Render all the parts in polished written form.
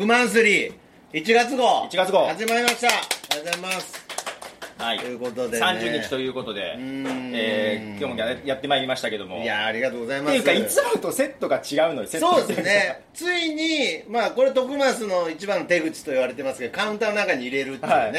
マンスリー1月号 1月号始まりました。ありがとうございます。 はい、 ということでね、 30日ということで、今日もやってまいりましたけども、 いやありがとうございます。 っていうかいつもとセットが違うのよ。 そうですね。ついにまあこれ徳増の一番の手口と言われてますけど、カウンターの中に入れるっていうね、はい、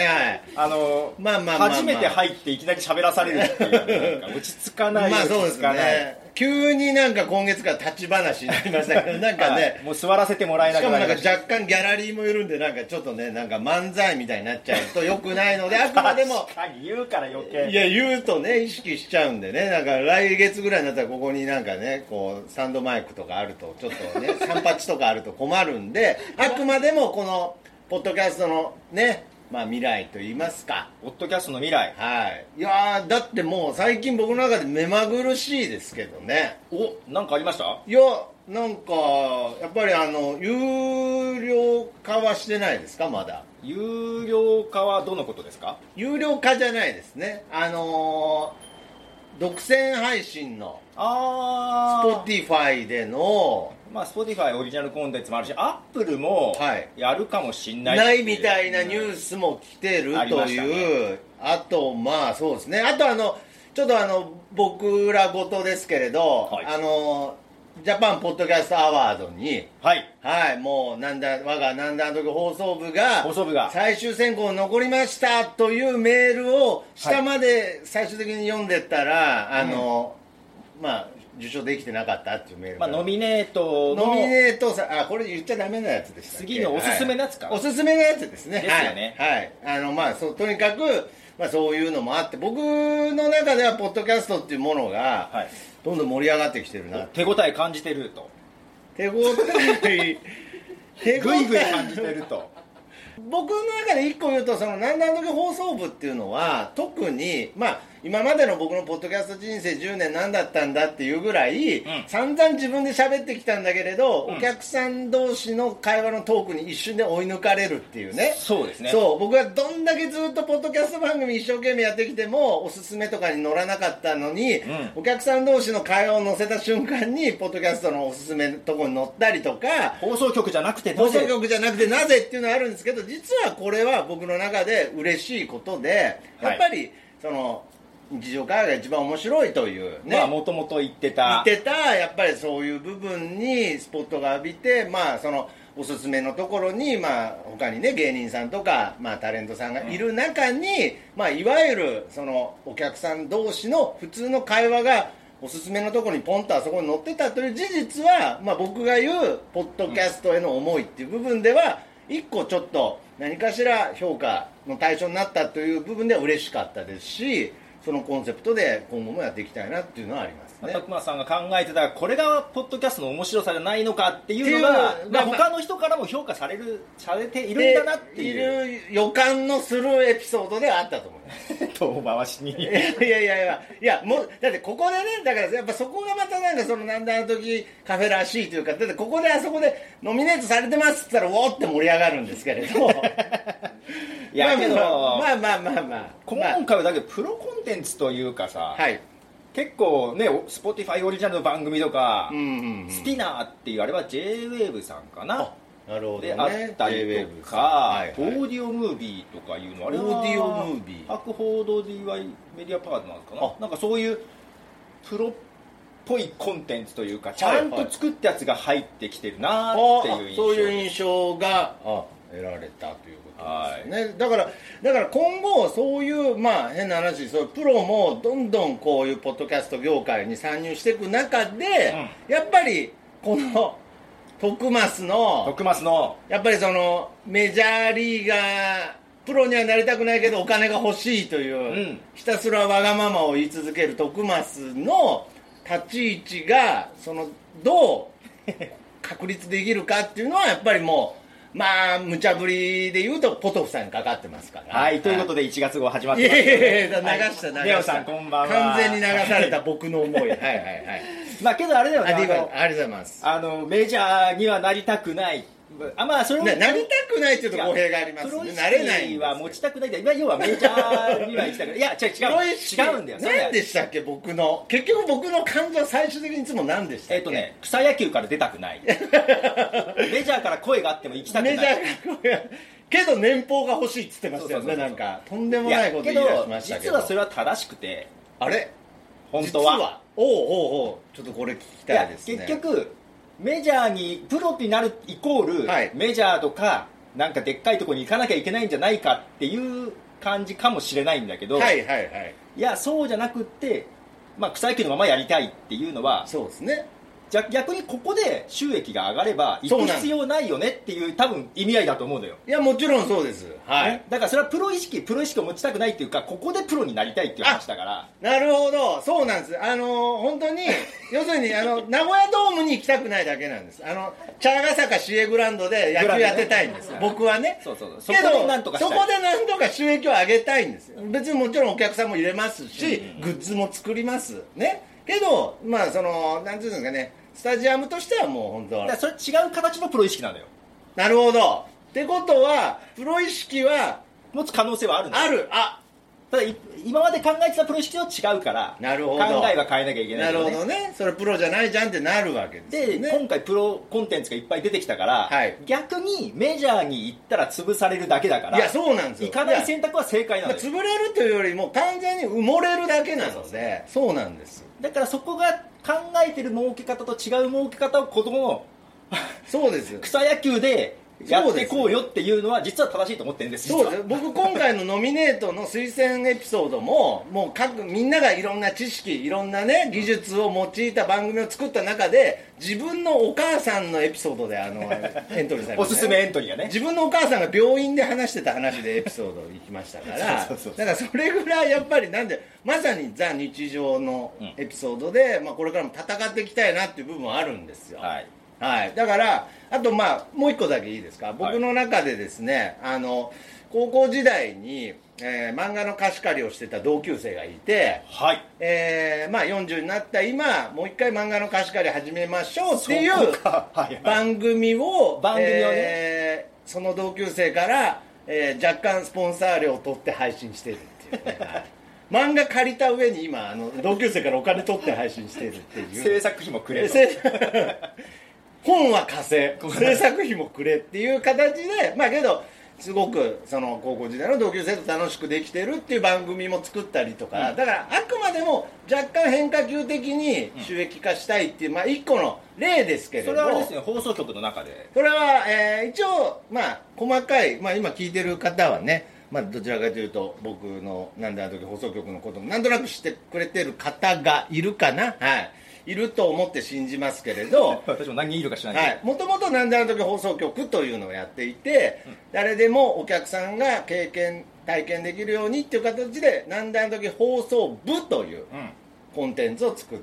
初めて入っていきなり喋らされるっていうなんか落ち着かない。 まあそうですね。急になんか今月から立ち話になりましたけど、なんかね、 もう座らせてもらえなくなりました。 しかもなんか若干ギャラリーもいるんで、なんかちょっとね、なんか漫才みたいになっちゃうと良くないので、あくまでも確かに言うから余計、 いや言うとね意識しちゃうんでね、なんか来月ぐらいになったらここになんかねこうスタンドマイクとかあるとちょっとねサンパチとかあると困るんで、あくまでもこのポッドキャストのね、まあ未来と言いますか、 ポッドキャストの未来、 はい、いやだってもう最近僕の中で目まぐるしいですけどね。 なんかありました？ いやなんかやっぱり有料化はしてないですか？まだ有料化はどのことですか？ 有料化じゃないですね。独占配信のSpotify での、 まあ Spotify オリジナルコンテンツもあるし、Apple もやるかもしんない、 ないみたいなニュースも来てるという、あとまあそうですね、あとちょっと僕らごとですけれど、ジャパンポッドキャストアワードに、もう我がなんだん時放送部が最終選考残りましたというメールを下まで最終的に読んでったら、まあ受賞できてなかったっていうメールが、 ノミネートこれ言っちゃダメなやつでしたっけ？ 次のおすすめのやつか、 おすすめのやつですね。 ですよね。 とにかく、そういうのもあって、僕の中ではポッドキャストっていうものが、どんどん盛り上がってきてるな。 手応え感じてると。 手応えぐいぐい感じてると。 僕の中で一個言うと、そのなんだん時放送部っていうのは特に今までの僕のポッドキャスト人生10年何だったんだっていうぐらい、散々自分で喋ってきたんだけれど、お客さん同士の会話のトークに一瞬で追い抜かれるっていうね。 そうですね。 そう、僕はどんだけずっとポッドキャスト番組一生懸命やってきてもおすすめとかに乗らなかったのに、お客さん同士の会話を載せた瞬間にポッドキャストのおすすめのところに載ったりとか、 放送局じゃなくてなぜっていうのはあるんですけど、実はこれは僕の中で嬉しいことで、やっぱりその日常会話が一番面白いというね、 もともと言ってたやっぱりそういう部分にスポットが浴びて、そのおすすめのところに、他にね芸人さんとか、タレントさんがいる中に、いわゆるそのお客さん同士の普通の会話がおすすめのところにポンとあそこに載ってたという事実は、僕が言うポッドキャストへの思いっていう部分では一個ちょっと何かしら評価の対象になったという部分では嬉しかったですし、そのコンセプトで今後もやっていきたいなっていうのはありますね。 徳間さんが考えてたこれがポッドキャストの面白さじゃないのかっていうのが他の人からも評価されているんだなっていう予感のするエピソードではあったと思います遠回しにいやもうだってここでね、だからやっぱそこがまたなんかそのなんだあの時カフェらしいというか、だってここであそこでノミネートされてますって言ったらおーって盛り上がるんですけれどいやけど今回はだけどプロコンテンツというかさ、結構ね Spotify オリジナルの番組とか、スピナーっていうあれは JWAVE さんかな、 なるほどね、 であったりとか、オーディオムービーとかいうのあれはオーディオムービー博報堂 DY メディアパートナーズかな、なんかそういうプロっぽいコンテンツというかちゃんと作ったやつが入ってきてるなっていう印象、 そういう印象が得られたということですね。だから今後そういう変な話、そういうプロもどんどんこういうポッドキャスト業界に参入していく中で、やっぱりこの徳増のやっぱりそのメジャーリーガープロにはなりたくないけどお金が欲しいという、ひたすらわがままを言い続ける徳増の立ち位置がどう確立できるかっていうのはやっぱりもう無茶ぶりで言うとポトフさんにかかってますから。 ということで1月号始まってます、 流したレオさんこんばんは。 完全に流された僕の思いけどあれだよね、 ありがとうございます。 メジャーにはなりたくない、 まあそれなりたくないっていうと語弊がありますね。 プロ意なれない識は持ちたくないんだ。要はメジャーには行きたくない。いや違うんだよ。 何でしたっけ、結局僕の感情最終的にいつも何でしたっけ。 草野球から出たくない。メジャーから声があっても行きたくない。 メジャーから声けど年俸が欲しいっつってましたよね。なんかとんでもないこと言い出しましたけど、 実はそれは正しくて、 あれ本当はおうちょっとこれ聞きたいですね。 結局メジャーにプロになるイコール、メジャーとかなんかでっかいところに行かなきゃいけないんじゃないかっていう感じかもしれないんだけど、いやそうじゃなくって、草野球のままやりたいっていうのは、 そうですね。 逆にここで収益が上がれば行く必要ないよねっていう多分意味合いだと思うんだよ。 いやもちろんそうです、 だからそれはプロ意識を持ちたくないっていうか、ここでプロになりたいっていう話だから。 なるほど、そうなんです。本当に要するに名古屋ドームに行きたくないだけなんです。茶ヶ坂市営グラウンドで野球やってたいんです、僕はね。 そこでなんとか収益を上げたいんです。別にもちろんお客さんも入れますし、グッズも作りますね。けどなんていうんですかね、スタジアムとしてはもう本当はそれ違う形のプロ意識なんだよ。 なるほど。ってことはプロ意識は持つ可能性はあるんだよ。 ある。 ただ今まで考えてたプロ意識と違うから、 なるほど、 考えは変えなきゃいけない、 なるほどね。それプロじゃないじゃんってなるわけですよね。 で今回プロコンテンツがいっぱい出てきたから、逆にメジャーに行ったら潰されるだけだから、 いやそうなんですよ。 行かない選択は正解なんですよ。 潰れるというよりも完全に埋もれるだけなので、そうなんです。 だからそこが考えてる儲け方と違う儲け方を子供のそうです草野球でやっていこうよっていうのは実は正しいと思ってるんです。 そうです。僕今回のノミネートの推薦エピソードももうみんながいろんな知識、いろんなね技術を用いた番組を作った中で、自分のお母さんのエピソードでエントリーされました、ね、 おすすめエントリーがね、 自分のお母さんが病院で話してた話でエピソード行きましたからだからそれぐらいやっぱりまさにザ日常のエピソードで、これからも戦っていきたいなっていう部分はあるんですよ。だからあともう一個だけいいですか。僕の中でですね、高校時代に、漫画の貸し借りをしてた同級生がいて、40になった今もう一回漫画の貸し借り始めましょうっていう番組をその同級生から、若干スポンサー料を取って配信してるっていうね漫画借りた上に今同級生からお金取って配信してるっていう制作費もくれと本は貸せ、制作費もくれっていう形で、けどすごくその高校時代の同級生と楽しくできてるっていう番組も作ったりとか、だからあくまでも若干変化球的に収益化したいっていう一個の例ですけれども、 それはあれですね、放送局の中でそれは、一応細かい、今聞いてる方はね、どちらかというと僕のなんであの時放送局のこともなんとなく知ってくれてる方がいるかな、いると思って信じますけれど私も何人いるか知らないけど、 もともとなんであの時放送局というのをやっていて、誰でもお客さんが体験できるようにっていう形でなんであの時放送部というコンテンツを作って、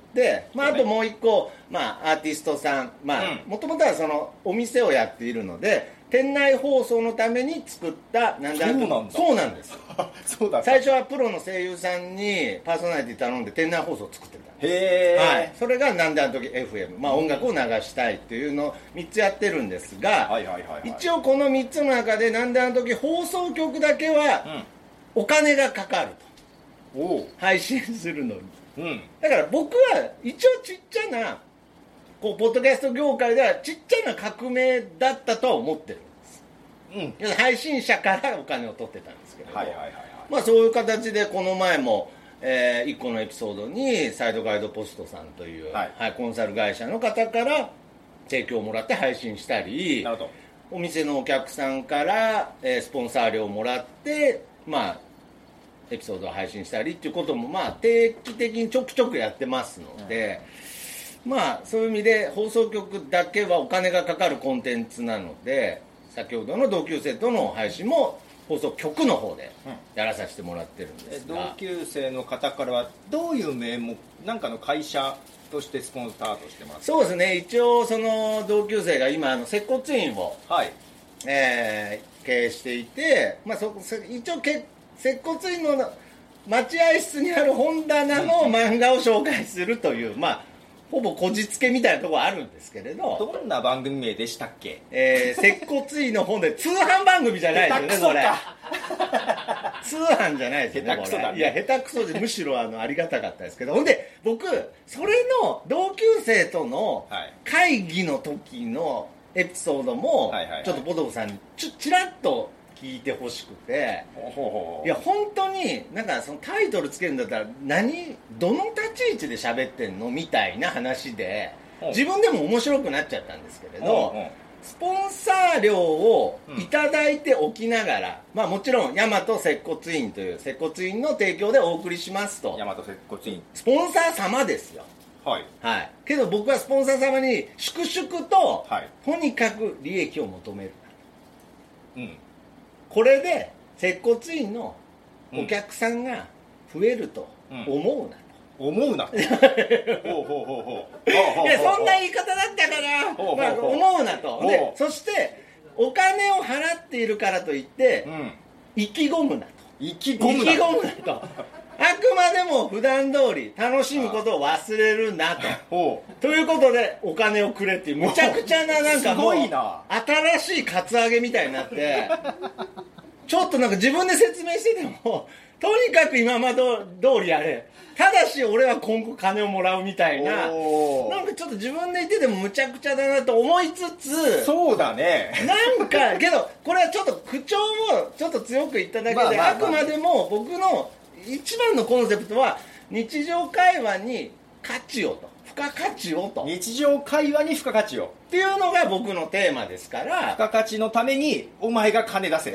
あともう一個、アーティストさん、もともとはそのお店をやっているので店内放送のために作ったなんであの時そうなんですそうだ最初はプロの声優さんにパーソナリティ頼んで店内放送を作ってたんです。 へー、 それがなんであの時 FM、音楽を流したいっていうのを3つやってるんですが、一応この3つの中でなんであの時放送局だけはお金がかかると、配信するのに、だから僕は一応ちっちゃなポッドキャスト業界ではちっちゃな革命だったとは思ってるんです、配信者からお金を取ってたんですけど、そういう形でこの前も、1個のエピソードにサイドガイドポストさんという、コンサル会社の方から提供をもらって配信したり、お店のお客さんから、スポンサー料をもらってエピソードを配信したりっていうことも定期的にちょくちょくやってますので、そういう意味で放送局だけはお金がかかるコンテンツなので、先ほどの同級生との配信も放送局の方でやらさせてもらってるんですが、 同級生の方からはどういう名目なんかの会社としてスポンサーとしてます？ そうですね、一応その同級生が今接骨院を、経営していて、一応接骨院の待合室にある本棚の漫画を紹介するという、 ほぼこじつけみたいなところあるんですけれど。 どんな番組名でしたっけ？ 接骨院の本で通販番組じゃないですよね、これ。通販じゃないですよね、 下手くそだね。 いや、下手くそでむしろありがたかったですけど。ほんで、僕、それの同級生との会議の時のエピソードも、ちょっとポトフさんにちらっと聞いてほしくて、いや本当になんかそのタイトルつけるんだったらどの立ち位置で喋ってんのみたいな話で自分でも面白くなっちゃったんですけれど、スポンサー料をいただいておきながら、まあもちろん大和接骨院という接骨院の提供でお送りしますと。 大和接骨院スポンサー様ですよ。はい、はい、けど僕はスポンサー様に粛々と、とにかく利益を求める、これで接骨院のお客さんが増えると思うなと、 思うなといやそんな言い方だったから、思うなと。でそしてお金を払っているからといって、意気込むなと。 意気込むなとあくまでも普段通り楽しむことを忘れるなと。ということでお金をくれっていうむちゃくちゃななんかもう新しいカツアゲみたいになってちょっとなんか自分で説明しててもとにかく今まで通りやれ、ただし俺は今後金をもらうみたいな、なんかちょっと自分で言っててもむちゃくちゃだなと思いつつ、 そうだねなんかけどこれはちょっと口調をちょっと強く言っただけで、あくまでも僕の一番のコンセプトは日常会話に価値をと、付加価値をと、 日常会話に付加価値をっていうのが僕のテーマですから、 付加価値のためにお前が金出せ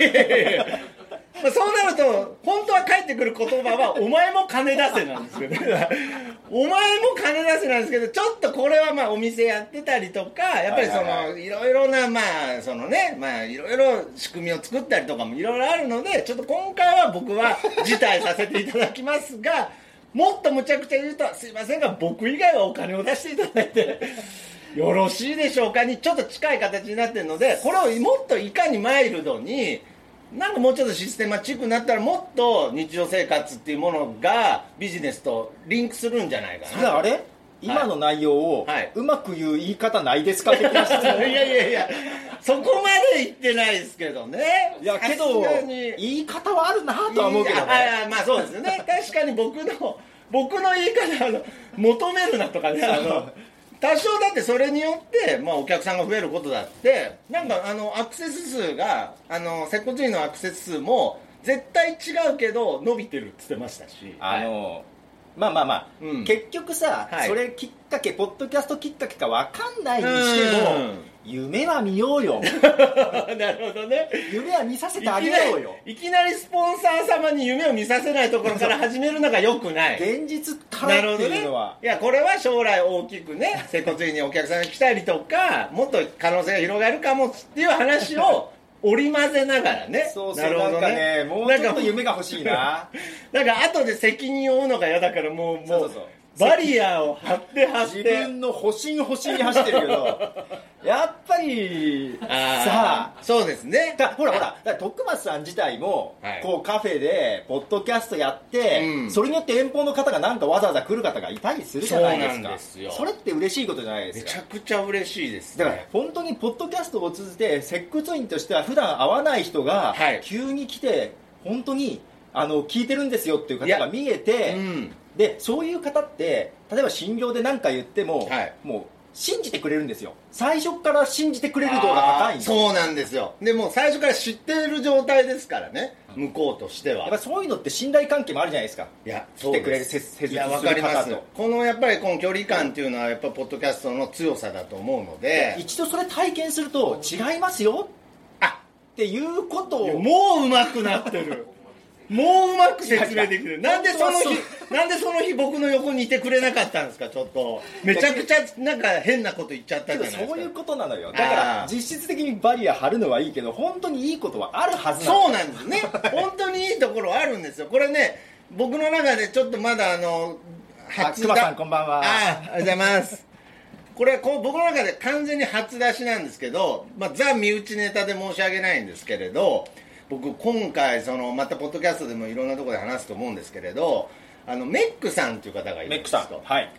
そうなると本当は返ってくる言葉はお前も金出せなんですけどお前も金出せなんですけど、ちょっとこれはまあお店やってたりとかやっぱりそのいろいろなまあそのね、まあいろいろ仕組みを作ったりとかもいろいろあるので、ちょっと今回は僕は辞退させていただきますがもっとむちゃくちゃ言うとすいませんが僕以外はお金を出していただいてよろしいでしょうかにちょっと近い形になってるので、これをもっといかにマイルドになんかもうちょっとシステマチックになったらもっと日常生活っていうものがビジネスとリンクするんじゃないかな。 それあれ今の内容をうまく言う言い方ないですか的な質問いやそこまで言ってないですけどね。 いやけど言い方はあるなとは思うけどね。 まあそうですよね確かに僕の言い方求めるなとかね多少だってそれによって、まあ、お客さんが増えることだってなんかアクセス数が接骨院のアクセス数も絶対違うけど伸びてるって言ってましたし、 まあ、結局さ、それきっかけポッドキャストきっかけか分かんないにしても夢は見ようよなるほどね、 夢は見させてあげようよ。 いきなりスポンサー様に夢を見させないところから始めるのが良くない現実からっていうのは、 いやこれは将来大きくね接骨院にお客さんが来たりとかもっと可能性が広がるかもっていう話を織り交ぜながらね。 そうなるほどね。なんかねもうちょっと夢が欲しいななんか後で責任を負うのが嫌だからもうバリアを張って自分の保身に走ってるけどやっぱりさあそうですね。 ほら徳松さん自体も、こうカフェでポッドキャストやって、それによって遠方の方がなんかわざわざ来る方がいたりするじゃないですか。そうなんですよ。それって嬉しいことじゃないですか。 めちゃくちゃ嬉しいです、 だから本当にポッドキャストを通じて接骨院としては普段会わない人が急に来て本当に聞いてるんですよっていう方が見えて、でそういう方って例えば診療で何か言っても、もう信じてくれるんですよ。最初から信じてくれる度が高いんです。 そうなんですよ。でも最初から知っている状態ですからね、向こうとしては。 やっぱそういうのって信頼関係もあるじゃないですか。 いや来てくれる施術する方と。 わかります。このやっぱりこの距離感っていうのはやっぱポッドキャストの強さだと思うので、 一度それ体験すると違いますよっていうことをもう上手くなってるもううまく説明できる。なんでその日僕の横にいてくれなかったんですか。ちょっとめちゃくちゃなんか変なこと言っちゃったじゃないですか。 そういうことなのよ。だから実質的にバリア張るのはいいけど本当にいいことはあるはずなんです。そうなんですね本当にいいところはあるんですよ。これね僕の中でちょっとまだ熊さんこんばんは。 ありがとうございますこれ僕の中で完全に初出しなんですけど、ザ身内ネタで申し訳ないんですけれど、僕今回またポッドキャストでもいろんなところで話すと思うんですけれどメックさんという方がいるんですと。 メックさん、はい、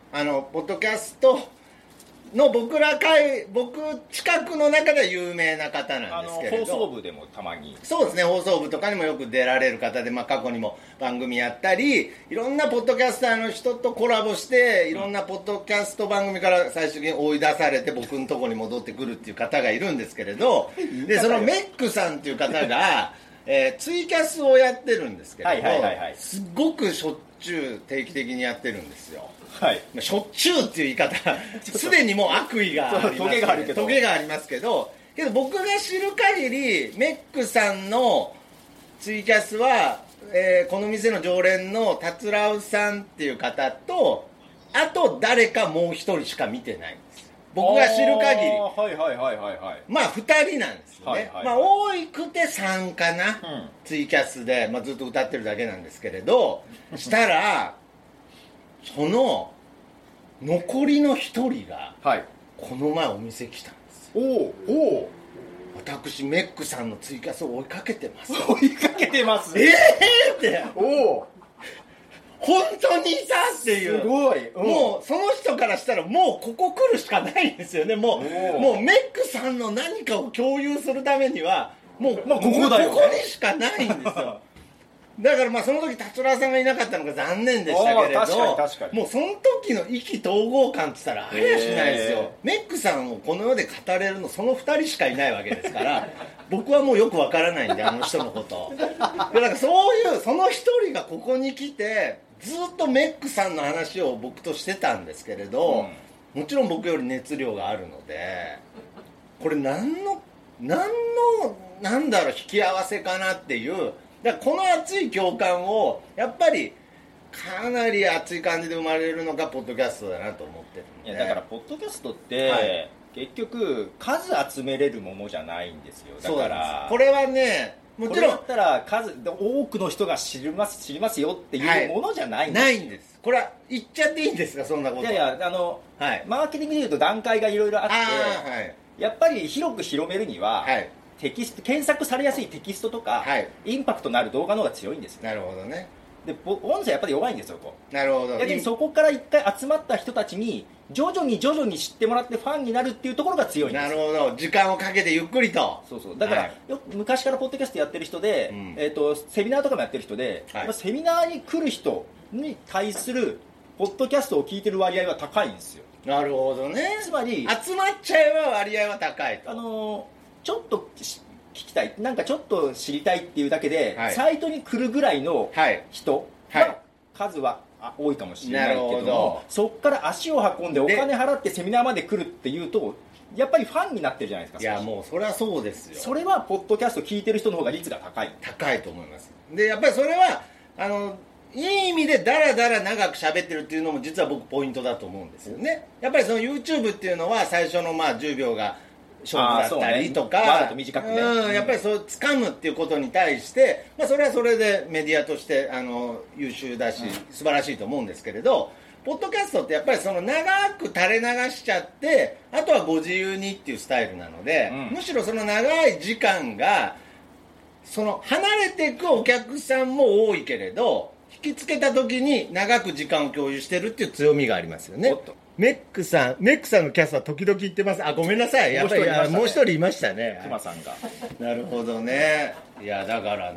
ポッドキャストの僕近くの中では有名な方なんですけれど、 放送部でもたまに、 そうですね、放送部とかにもよく出られる方で、過去にも番組やったり、いろんなポッドキャスターの人とコラボして、いろんなポッドキャスト番組から最終的に追い出されて僕のところに戻ってくるっていう方がいるんですけれどで、そのメックさんっていう方がツイキャスをやってるんですけれど、すごくしょっちゅう定期的にやってるんですよ。 はい、 しょっちゅうっていう言い方すでにもう悪意があります、ね、トゲがありますけど僕が知る限りメックさんのツイキャスは、この店の常連の達郎さんっていう方と、あと誰かもう一人しか見てないんです。僕が知る限り2人なんですよね、多いくて3かな、ツイキャスで、ずっと歌ってるだけなんですけれどしたらその残りの一人がこの前お店来たんですよ。私メックさんのツイキャスを追いかけてますって本当にいたっていう、 すごい、 もうその人からしたらもうここ来るしかないんですよね。もうメックさんの何かを共有するためにはもう、ここにしかないんですよだからその時達郎さんがいなかったのが残念でしたけれど、 確かにもうその時の意気投合感って言ったらありゃしないですよ。メックさんをこの世で語れるのその2人しかいないわけですから僕はもうよくわからないんで、あの人のことだからそういうその一人がここに来てずっとメックさんの話を僕としてたんですけれど、もちろん僕より熱量があるので、これ何のなんだろう引き合わせかなっていう、だからこの熱い共感をやっぱりかなり熱い感じで生まれるのがポッドキャストだなと思ってるんで。 いやだからポッドキャストって、結局数集めれるものじゃないんですよ。だからこれはね、もちろんこれだったら多くの人が知りますよっていうものじゃないんです、 ないんです。これは言っちゃっていいんですか、そんなこと。 いやマーケティングでいうと段階がいろいろあって、やっぱり広く広めるには、テキスト検索されやすいテキストとか、インパクトのある動画の方が強いんですよ。 なるほどね。 で音声やっぱり弱いんですよ。 なるほど。 だけどそこから一回集まった人たちに徐々に知ってもらってファンになるっていうところが強いんです。 なるほど。時間をかけてゆっくりと。 そうだから、昔からポッドキャストやってる人で、セミナーとかもやってる人で、セミナーに来る人に対するポッドキャストを聞いてる割合は高いんですよ。 なるほどね。 つまり集まっちゃえば割合は高いと。ちょっと聞きたい、なんかちょっと知りたいっていうだけで、サイトに来るぐらいの人が数は多いかもしれないけども、そこから足を運んでお金払ってセミナーまで来るっていうとやっぱりファンになってるじゃないですか。 いやもうそれはそうですよ。 それはポッドキャスト聞いてる人の方が率が高いと思います。でやっぱりそれはいい意味でダラダラ長く喋ってるっていうのも実は僕ポイントだと思うんですよね。やっぱりその YouTube っていうのは最初の10秒が勝負だったりとか、 わざと短くね、 やっぱりそう掴むっていうことに対して、それはそれでメディアとして優秀だし、素晴らしいと思うんですけれど、ポッドキャストってやっぱりその長く垂れ流しちゃってあとはご自由にっていうスタイルなので、むしろその長い時間がその離れていくお客さんも多いけれど、引きつけた時に長く時間を共有してるっていう強みがありますよね。メックさんのキャストは時々言ってます。ごめんなさい。やっぱりもう一人いましたね。 熊さんが。 なるほどね。いやだから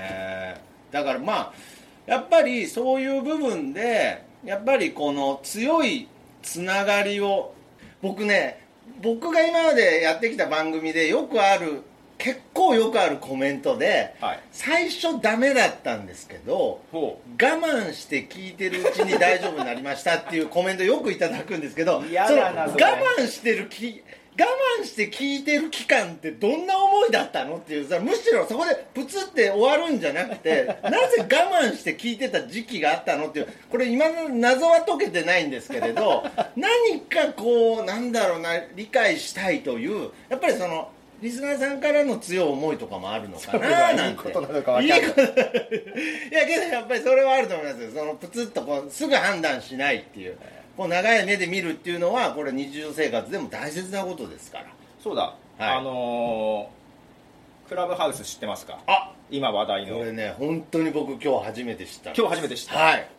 やっぱりそういう部分でやっぱりこの強いつながりを僕が今までやってきた番組で結構よくあるコメントで、最初ダメだったんですけど我慢して聞いてるうちに大丈夫になりましたっていうコメントよくいただくんですけど、我慢して聞いてる期間ってどんな思いだったのっていう、むしろそこでプツって終わるんじゃなくてなぜ我慢して聞いてた時期があったのっていう、これ今の謎は解けてないんですけれど何か理解したいというやっぱりそのリスナーさんからの強い思いとかもあるのかななんて。いいことなのか分かんない。いやけどやっぱりそれはあると思いますよ。そのプツッとすぐ判断しないっていう長い目で見るっていうのはこれ日常生活でも大切なことですから。 そうだ、クラブハウス知ってますか？今話題の。 これね本当に僕今日初めて知った。 はい。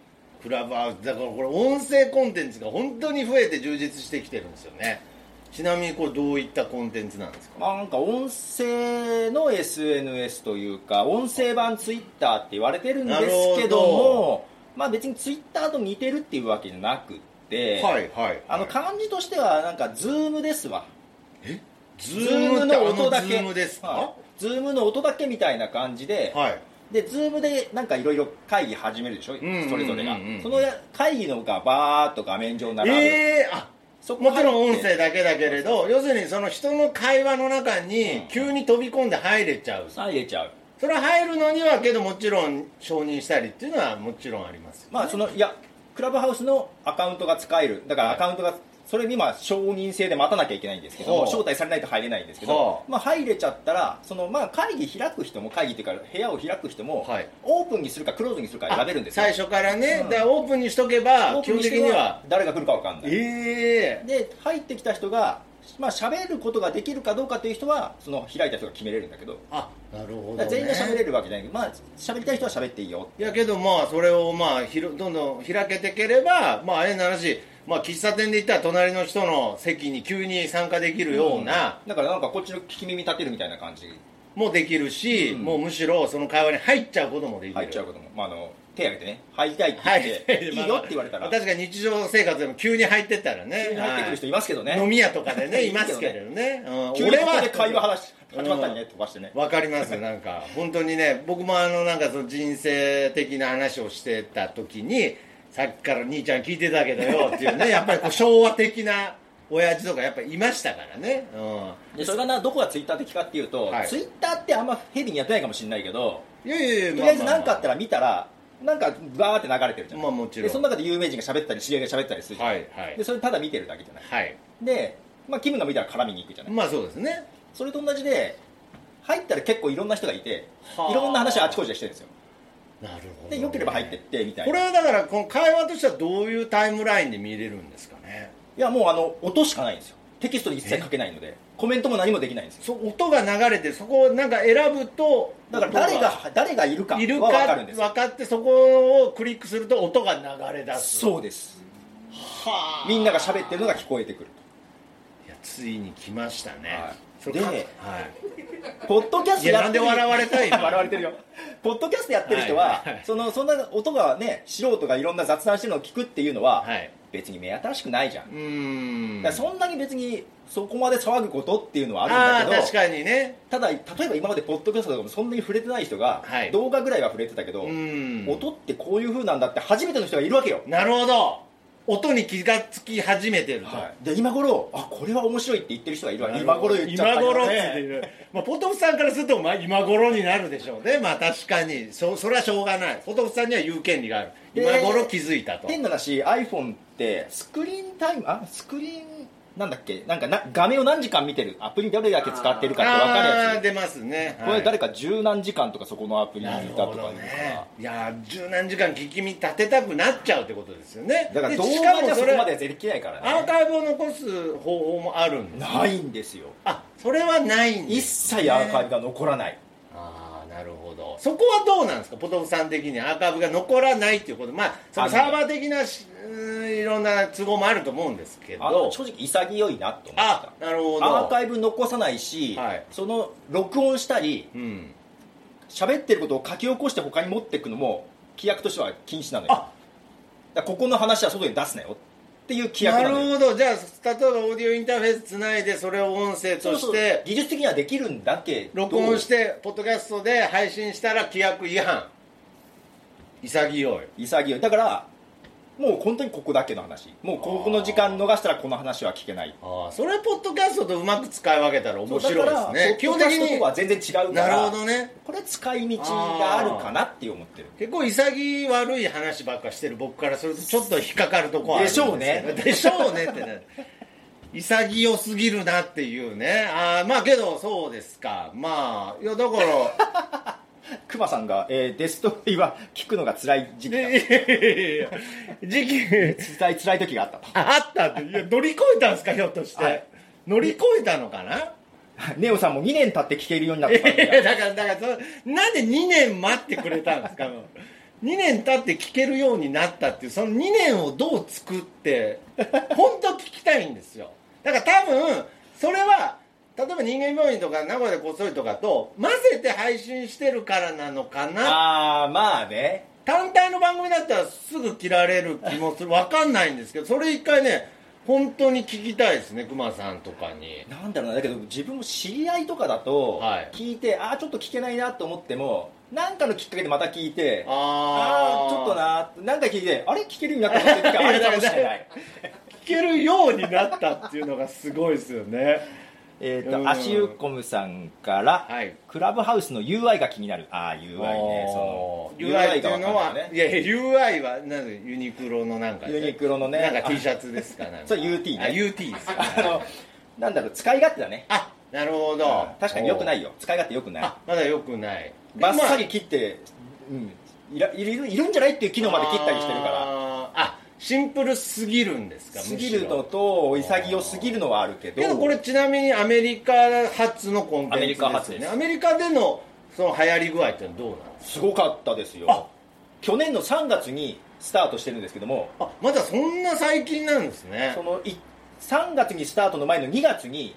クラブハウスだからこれ音声コンテンツが本当に増えて充実してきてるんですよね。ちなみにこれどういったコンテンツなんですか？ なんか音声の SNS というか音声版ツイッターって言われてるんですけども、まあ別にツイッターと似てるっていうわけじゃなくて、 はいはい、 漢字としてはなんかズームですわ。 ズームの音だけ。ズームですか？ はい、ズームの音だけみたいな感じで、はい、でズームでなんかいろいろ会議始めるでしょ、それぞれが。その会議のがバーっと画面上に並ぶ。 もちろん音声だけだけれど、要するにその人の会話の中に急に飛び込んで入れちゃう。 入れちゃう。 それは入るのにはけどもちろん承認したりっていうのはもちろんありますよね。 まあクラブハウスのアカウントが使える。だからアカウントがそれに承認制で待たなきゃいけないんですけど、招待されないと入れないんですけど、まあ入れちゃったら会議開く人も、会議っていうか部屋を開く人も、オープンにするかクローズにするか選べるんですよ。 最初からね、だからオープンにしとけば基本的には誰が来るか分かんない。で入ってきた人が喋ることができるかどうかという人はその開いた人が決めれるんだけど。 なるほど、ね、 全員が喋れるわけじゃないけど、喋りたい人は喋っていいよ。 いやけどそれをどんどん開けてければ変な話、喫茶店で行ったら隣の人の席に急に参加できるような、 だからなんかこっちの聞き耳立てるみたいな感じもできるし、もうむしろその会話に入っちゃうこともできる。 入っちゃうことも、手挙げてね、入りたいって言っていいよって言われたら、 確かに日常生活でも急に入ってったらね、 急に入ってくる人いますけどね、 飲み屋とかでねいますけどね、 急にここで会話始まったりね、飛ばしてね。 わかります。なんか本当にね、僕もなんかその人生的な話をしてた時に、さっきから兄ちゃん聞いてたけどよっていうね、やっぱり昭和的な親父とかやっぱりいましたからね。 でそれがどこがツイッター的かっていうと、ツイッターってあんまヘビにやってないかもしれないけど、とりあえず何かあったら見たらなんかバーって流れてるじゃん。 もちろん。 でその中で有名人が喋ったり知り合いが喋ったりするじゃん。でそれただ見てるだけじゃない。で気分が向いたら絡みに行くじゃない。 そうですね。 それと同じで入ったら結構いろんな人がいて、いろんな話をあちこちでしてるんですよ。 なるほど、 で良ければ入ってってみたいな。 これはだからこの会話としてはどういうタイムラインで見れるんですかね。 いやもう音しかないんですよ。テキストに一切書けないのでコメントも何もできないんですよ。 音が流れてそこをなんか選ぶと、 だから誰がいるかは分かるんですよ。 分かって、そこをクリックすると音が流れ出す。 そうです。みんなが喋ってるのが聞こえてくると。 いやついに来ましたね。 で、ポッドキャストやってる。 なんで笑われたい笑われてるよ。ポッドキャストやってる人は、そんな音がね、素人がいろんな雑談してるのを聞くっていうのは、別に目新しくないじゃん。だからそんなに別にそこまで騒ぐことっていうのはあるんだけど、 確かにね。 ただ例えば今までポッドキャストとかもそんなに触れてない人が、動画ぐらいは触れてたけど、音ってこういう風なんだって初めての人がいるわけよ。 なるほど。音に気がつき始めてると、 で今頃これは面白いって言ってる人がいるわけ。今頃言っちゃったよね。 ポトフさんからすると今頃になるでしょうね。確かにそれはしょうがない。ポトフさんには言う権利がある。今頃気づいたと。 変な話、 iPhone ってスクリーンタイムなんだっけ、なんか画面を何時間見てるアプリどれだけ使ってるかって分かるやつ出ますね。 これ誰か十何時間とかそこのアプリにいたとかいうのかな。 いや十何時間聞き見立てたくなっちゃうってことですよね。 だから動画じゃそこまではできないからね。 アーカイブを残す方法もあるんです、 ないんですよ。 それはないんです、ね、 一切アーカイブが残らない。 なるほど。そこはどうなんですか、ポトフさん的にアーカイブが残らないっていうこと。そのサーバー的ないろんな都合もあると思うんですけど、 正直潔いなと思った。 なるほど。 アーカイブ残さないし、その録音したり喋ってることを書き起こして他に持っていくのも規約としては禁止なのよ。だからここの話は外に出すなよっていう規約なのよ。 なるほど。じゃあ例えばオーディオインターフェースつないでそれを音声として技術的にはできるんだけど、 録音してポッドキャストで配信したら規約違反。潔い。 だからもう本当にここだけの話、もうここの時間逃したらこの話は聞けない。 それポッドキャストとうまく使い分けたら面白いですね。 基本的には全然違うから。 なるほどね。 これ使い道があるかなって思ってる。 結構潔悪い話ばっかしてる僕からするとちょっと引っかかるとこはあるんですけど。でしょうねってね。潔すぎるなっていうね。けどそうですか。いやだからクマさんが、デストロイは聞くのが辛い時期だ。辛い時があったと。 あったって。いや乗り越えたんですか、ひょっとして。乗り越えたのかな。 ネオさんも2年経って聞けるようになった。 だからなんで2年待ってくれたんですか。2 2年経って聞けるようになったっていう、その2年をどう作って本当聞きたいんですよ。だから多分それは例えば人間病院とか名古屋でこっそりとかと混ぜて配信してるからなのかな。 まあね、 単体の番組だったらすぐ切られる気もする。分かんないんですけど、それ一回ね本当に聞きたいですね、熊さんとかに。 なんだろうな、だけど自分も知り合いとかだと聞いて、ちょっと聞けないなと思っても何かのきっかけでまた聞いて、ちょっとな、何か聞いて、あれ聞けるようになったって時があるかもしれない聞けるようになったっていうのがすごいですよね。 アシュコムさんから、クラブハウスの UI が気になる。UI ね、その UI っていうのは、いや UI はなんでユニクロのなんかユニクロのね、 なんか T シャツですか。 それ UT ね。 UT ですか。 なんだろう、使い勝手だね。 なるほど。 確かに良くないよ。使い勝手良くない。 まだ良くない。 バッサリ切って、いるんじゃないっていう機能まで切ったりしてるから。 シンプルすぎるんですか。 すぎるのと潔すぎるのはあるけど。 けどこれちなみにアメリカ発のコンテンツですね。アメリカ発です。アメリカでのその流行り具合ってのはどうなんですか。 すごかったですよ。去年の3月にスタートしてるんですけども。 まだそんな最近なんですね。 その3月にスタートの前の2月に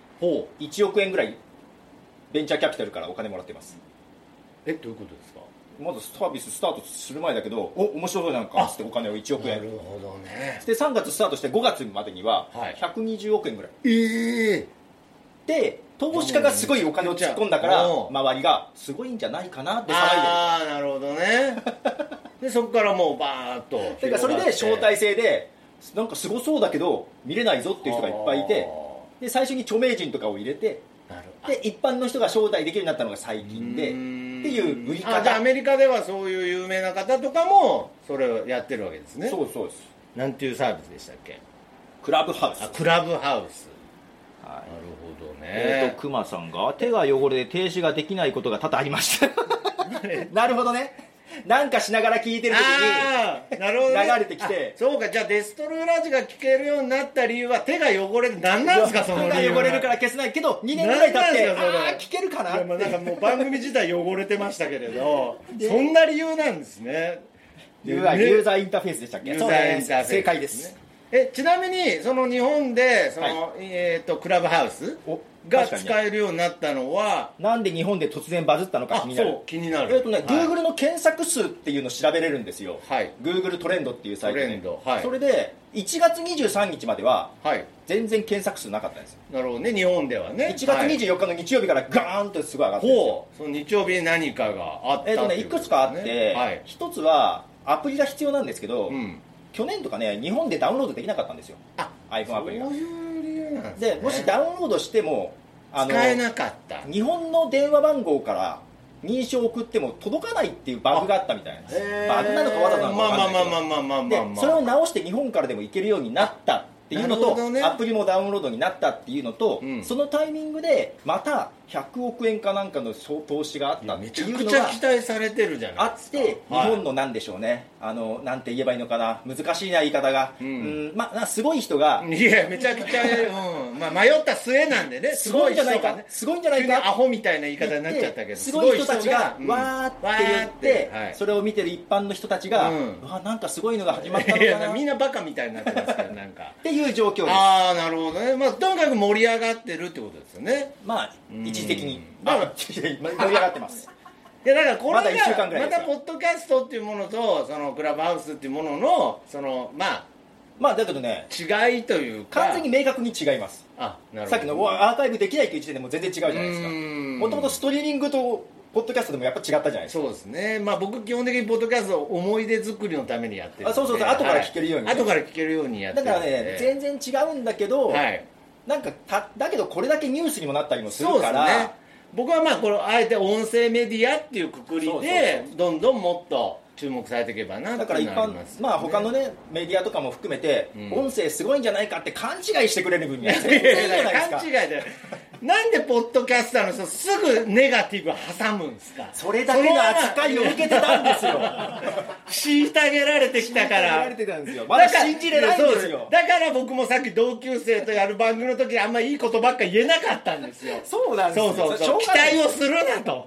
1億円ぐらいベンチャーキャピタルからお金もらってます。 どういうことですか。 まずサービススタートする前だけど、面白そうじゃんかっつってお金を1億円。 なるほどね。 で3月スタートして5月までには120億円ぐらい。で投資家がすごいお金を突っ込んだから周りがすごいんじゃないかなって騒いでる。 なるほどね。でそこからもうバーッとだからそれで招待制でなんかすごそうだけど見れないぞっていう人がいっぱいいて、で最初に著名人とかを入れて、で一般の人が招待できるようになったのが最近でっていう売り方。 じゃあアメリカではそういう有名な方とかもそれをやってるわけですね。 そうです。 なんていうサービスでしたっけ。 クラブハウス。 クラブハウス。なるほどね。 クマさんが手が汚れで停止ができないことが多々ありましたなるほどね。なんかしながら聞いてる時に流れてきて、 そうか。じゃあデストローラジが聞けるようになった理由は手が汚れて何なんですか。その理由手が汚れるから消せないけど2年ぐらい経って聞けるかな。 なんかもう番組自体汚れてましたけれどそんな理由なんですね。 ユーザーインターフェースでしたっけ。 ユーザーインターフェース、 正解です。 ちなみにその日本でその、クラブハウスが使えるようになったのはなんで日本で突然バズったのか気になる。 気になる。 Google の検索数っていうのを調べれるんですよ。Google トレンドっていうサイトで。それで1月23日までは全然検索数なかったんですよ。 なるほどね。日本ではね。 1月24日の日曜日からガーンとすごい上がってるんですよ。 その日曜日に何かがあったいくつかあって一つはアプリが必要なんですけど、去年とかね日本でダウンロードできなかったんですよ。iPhone アプリが。 そういう理由なんですね。 でもしダウンロードしても使えなかった。 日本の電話番号から認証を送っても届かないっていうバグがあったみたいなんです。バグなのかわざとなのか分かんないけど、でそれを直して日本からでも行けるようになったっていうのと、アプリもダウンロードになったっていうのと、そのタイミングでまた100億円かなんかの投資があったっていうのがめちゃくちゃ期待されてるじゃないですか。 あって日本のなんでしょうね、なんて言えばいいのかな、難しいな言い方が、すごい人がいやめちゃくちゃ、迷った末なんでね、 すごいんじゃないか、すごいんじゃないか、 アホみたいな言い方になっちゃったけど、 すごい人たちがわーって言って、それを見てる一般の人たちがなんかすごいのが始まったのかな、 みんなバカみたいになってますからなんかっていう状況です。 なるほどね。とにかく盛り上がってるってことですよね。 一時的に盛り上がってます。 いやだからこれがまだ1週間ぐらいまたポッドキャストっていうものとそのクラブハウスっていうもののそのだけどね違いというか完全に明確に違います。 なるほど。 さっきのアーカイブできないという時点でも全然違うじゃないですか。もともとストリーミングとポッドキャストでもやっぱ違ったじゃないですか。 そうですね。僕基本的にポッドキャストを思い出作りのためにやってるんで。 そう後から聞けるように、 後から聞けるようにやってるんで。 だからね全然違うんだけど、なんかだけどこれだけニュースにもなったりもするから、 ね、僕はこれあえて音声メディアっていうくくりでどんどんもっと注目されていけばなっていうのがあります、ね。だから他のねメディアとかも含めて、音声すごいんじゃないかって勘違いしてくれる分には全然いいじゃないですか。 勘違いでなんでポッドキャスターの人すぐネガティブ挟むんですか。 それだけの扱いを受けてたんですよ。 虐げられてきたから。 虐げられてたんですよ。まだ信じれないんですよ。 だから僕もさっき同級生とやる番組の時にあんまいいことばっか言えなかったんですよ。 そうなんですよ。 そう期待をするなと。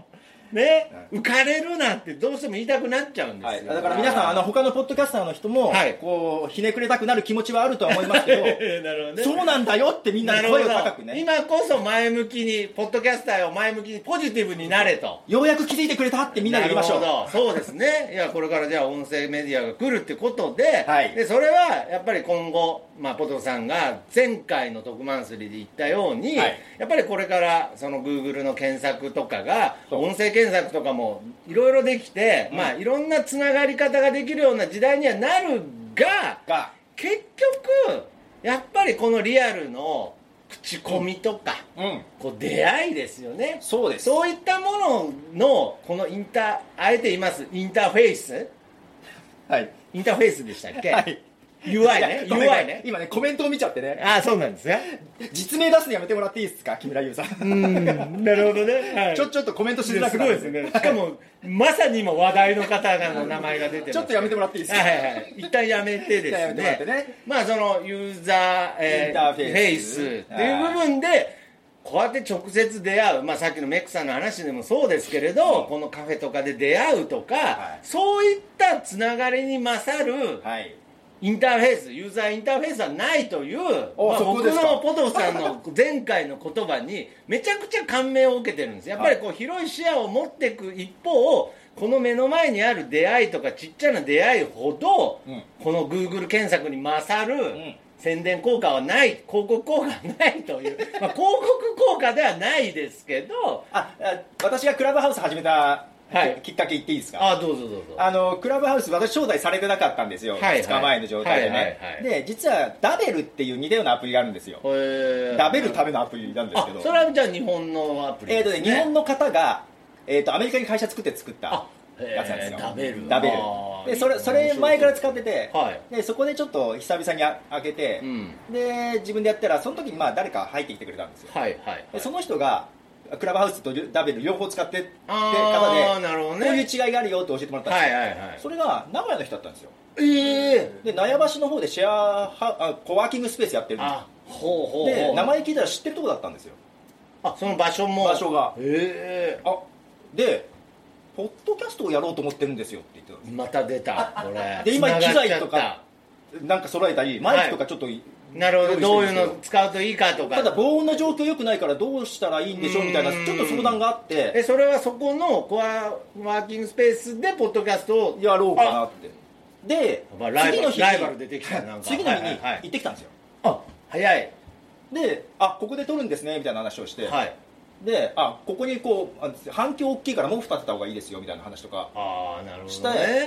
ね、浮かれるなってどうしても言いたくなっちゃうんですよ、 だから皆さん他のポッドキャスターの人も、こうひねくれたくなる気持ちはあるとは思いますけどなるほど、ね、そうなんだよってみんなで声を高くね、 今こそ前向きにポッドキャスターを前向きにポジティブになれと、 ようやく気づいてくれたってみんなで言いましょう。 そうですね。いやこれからじゃあ音声メディアが来るってことで、でそれはやっぱり今後、ポトさんが前回の特マンスリーで言ったように、やっぱりこれからその Google の検索とかが音声検索とかもいろいろできて、いろんなつながり方ができるような時代にはなるが結局やっぱりこのリアルの口コミとか、こう出会いですよね。 そうです。 そういったもののこのあえて言いますインターフェース、インターフェースでしたっけ、UI ね、UI ね。 今ねコメントを見ちゃってね。 そうなんですね。 実名出すのやめてもらっていいですか、木村優さん。 なるほどね。 ちょっとコメントしづらくなる。 すごいですね。しかもまさに今話題の方の名前が出てます。 ちょっとやめてもらっていいですか。 一旦やめてですね。そのユーザーインターフェースっていう部分でこうやって直接出会う、さっきのメックさんの話でもそうですけれど、このカフェとかで出会うとか、そういったつながりに勝る、インターフェース、ユーザーインターフェースはないという、僕のポトフさんの前回の言葉にめちゃくちゃ感銘を受けてるんです。やっぱりこう広い視野を持っていく一方、この目の前にある出会いとかちっちゃな出会いほど、この Google 検索に勝る、宣伝効果はない、広告効果はないという、広告効果ではないですけど、 私がクラブハウス始めたきっかけ言っていいですか。 どうぞどうぞ。 クラブハウス私招待されてなかったんですよ、2日前の状態でね。で実はダベルっていう似たようなアプリがあるんですよ。ダベるためのアプリなんですけど、 それはじゃあ日本のアプリですね。 日本の方が、アメリカに会社作って作ったやつなんですよ。ダベルでそれ前から使ってて、でそこでちょっと久々に開けて、で自分でやったらその時に誰か入ってきてくれたんですよ。でその人がクラブハウスとダベル両方使ってって方で、こういう違いがあるよって教えてもらったんですよ。それが名古屋の人だったんですよ。で納屋橋の方でシェアコワーキングスペースやってるんですよ。で名前聞いたら知ってるとこだったんですよ。 その場所がでポッドキャストをやろうと思ってるんですよって言ってたんです。 また出たこれで今機材とかなんか揃えたりマイクとかちょっと、 なるほど、どういうの使うといいかとか。 ただ防音の状況良くないからどうしたらいいんでしょうみたいなちょっと相談があって、 それはそこのコアワーキングスペースでポッドキャストをやろうかなって。で次の日にライバル出てきた次の日に行ってきたんですよ。 早い。 でここで撮るんですねみたいな話をして、でここにこう反響大きいから毛布立てた方がいいですよみたいな話とかして、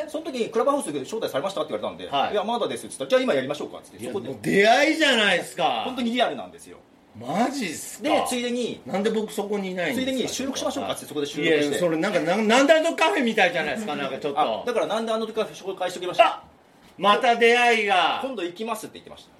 その時にクラブハウスで招待されましたって言われたんで、いやまだですって言ったら、じゃあ今やりましょうかってって、そこで出会いじゃないですか。 本当にリアルなんですよ。 マジっすか。 でついでになんで僕そこにいないんですか。 ついでに収録しましょうかってそこで収録して、 それなんであのカフェみたいじゃないですか。なんかちょっとだからなんであの時カフェ紹介しておきました。 また出会いが今度行きますって言ってました。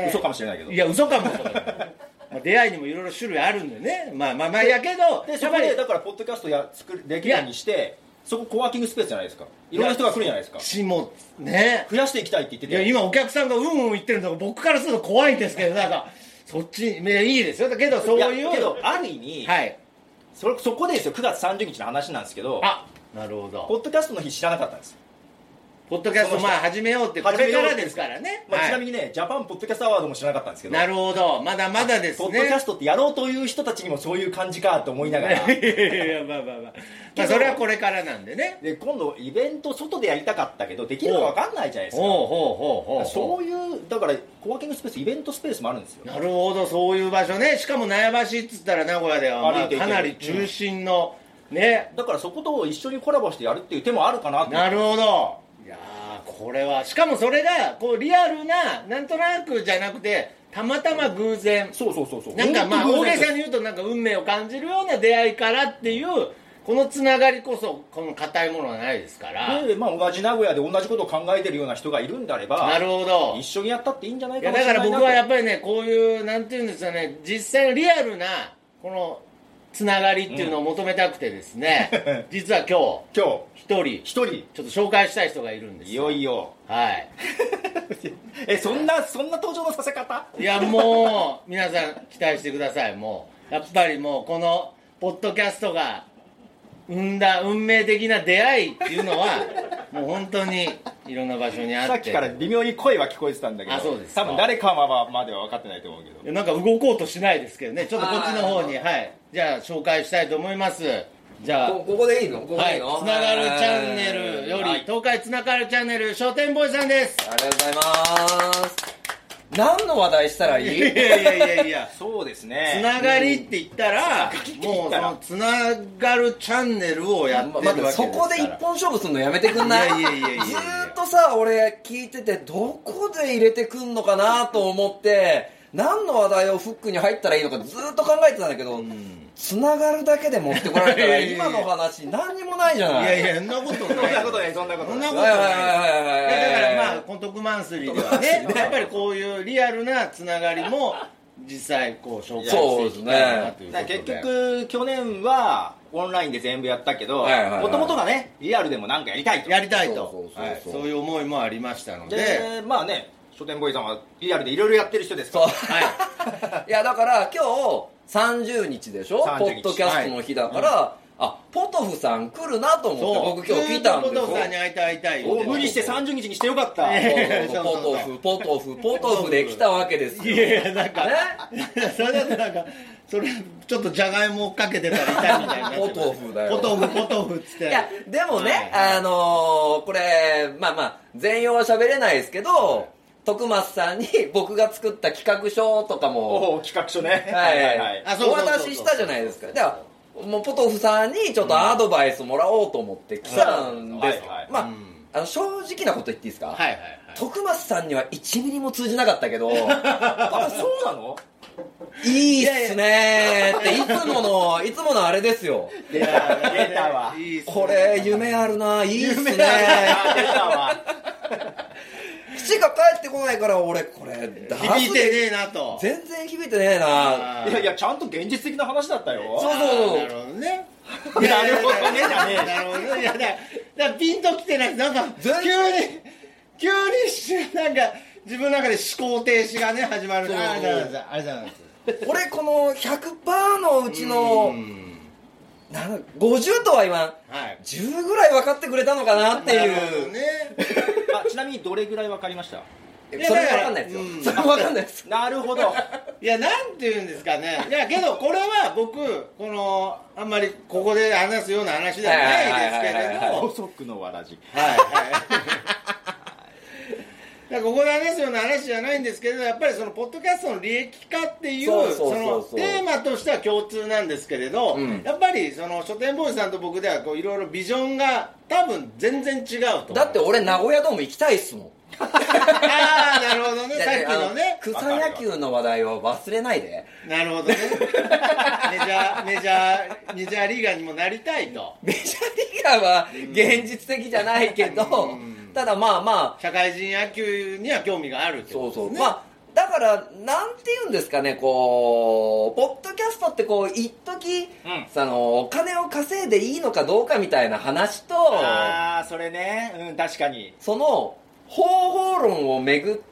嘘かもしれないけど。 いや嘘かも出会いにもいろいろ種類あるんでね。やけどでそこでだからポッドキャストできるようにして、そこコワーキングスペースじゃないですか。いろんな人が来るじゃないですか。 もね増やしていきたいって言ってて、 いや今お客さんが言ってるのが僕からすると怖いんですけど、なんかそっちいいですよ。だけどそういうけどある意味、そこでですよ。9月30日の話なんですけど、 なるほど。 ポッドキャストの日知らなかったんですよ。 ポッドキャスト始めようってこれからですからね。 ちなみにねジャパンポッドキャストアワードも知らなかったんですけど。 なるほど、まだまだですね。 ポッドキャストってやろうという人たちにもそういう感じかと思いながらそれはこれからなんでね。 で今度イベント外でやりたかったけどできるか分かんないじゃないですか。そういうだからコワーキングスペースイベントスペースもあるんですよ。 なるほど、そういう場所ね。しかも納屋橋っつったら名古屋ではかなり中心のね、 だからそこと一緒にコラボしてやるっていう手もあるかなって。 なるほど。いやこれはしかもそれがこうリアルななんとなくじゃなくてたまたま偶然、なんか大げさに言うとなんか運命を感じるような出会いからっていうこのつながりこそこの固いものはないですから。 で、同じ名古屋で同じことを考えてるような人がいるんであれば、 なるほど、 一緒にやったっていいんじゃないかもしれないなと。 だから僕はやっぱりねこういうなんていうんですかね、実際のリアルなこのつながりっていうのを求めたくてですね、実は今日一人ちょっと紹介したい人がいるんですよ。 いよいよそんな登場のさせ方。 いやもう皆さん期待してください。もうやっぱりもうこのポッドキャストが生んだ運命的な出会いっていうのはもう本当にいろんな場所にあって、 さっきから微妙に声は聞こえてたんだけど、 そうですか、 多分誰かまでは分かってないと思うけど、 なんか動こうとしないですけどね、ちょっとこっちの方に、はい、じゃあ紹介したいと思います。じゃあここでいいの？ここでいいの？ はい、つながるチャンネルより、はい、東海つながるチャンネル商店ボーイさんです。 ありがとうございます。何の話題したらいい？ いやそうですね、 つながりって言ったら、もうそのつながるチャンネルをやってるわけですから、 そこで一本勝負するのやめてくんない？ずーっとさ、俺聞いててどこで入れてくんのかなと思って何の話題をフックに入ったらいいのかずーっと考えてたんだけど、つながるだけで持ってこられたら今の話何にもないじゃない。 いやそんなことないそんなことないだからまあコントクマンスリーではねやっぱりこういうリアルなつながりも実際こう紹介していきたいなということで、 結局去年はオンラインで全部やったけど、もともとがねリアルでもなんかやりたいとそういう思いもありましたので、 まあね、書店ボーイさんはリアルでいろいろやってる人ですから、 いやだから今日30日でしょ、ポッドキャストの日だから、ポトフさん来るなと思って僕今日聞いたんですよ。 ポトフさんに会いたい無理して30日にしてよかった。 ポトフで来たわけですよ。 いやなんかそれだとなんかそれちょっとじゃがいもかけてたら痛いみたいなポトフだよ、 ポトフっつって。 いやでもね、これまあ全容は喋れないですけど、徳松さんに僕が作った企画書とかも企画書ね、 お渡ししたじゃないですか。だからもうポトフさんにちょっとアドバイスもらおうと思って来たんです。まあ正直なこと言っていいですか、徳松さんには1ミリも通じなかったけどそうなの？ いいっすねーっていつものあれですよ。 出たわ。 これ夢あるな、いいっすねー。出たわ。口が返ってこないから俺これ響いてねえなと。 全然響いてねえな。 いやちゃんと現実的な話だったよ。 そうなるほどね。 なるほどねじゃねえ。 なるほどね。いやだからピンときてない。なんか急になんか自分の中で思考停止がね始まる。ありがとうございます。 俺この 100% のうちの50とは言わん、10ぐらい分かってくれたのかなっていう。 ちなみにどれぐらい分かりました？ それ分かんないですよ。それ分かんないです。 なるほど。 いやなんていうんですかね。いやけどこれは僕このあんまりここで話すような話ではないですけれど。 補足のわらじ。 ここで話すような話じゃないんですけど、やっぱりそのポッドキャストの利益化っていうそのテーマとしては共通なんですけれど、やっぱりその書店ボーイさんと僕ではこういろいろビジョンが多分全然違うと。 だって俺名古屋ドーム行きたいっすもん。 ああなるほどね。さっきのね草野球の話題を忘れないで。 なるほどね。メジャーリーガーにもなりたいと。 メジャーリーガーは現実的じゃないけど、ただまあ社会人野球には興味があるってことですね。 そうだからなんて言うんですかね、こうポッドキャストってこう一時、お金を稼いでいいのかどうかみたいな話と、 それね、確かにその方法論をめぐって、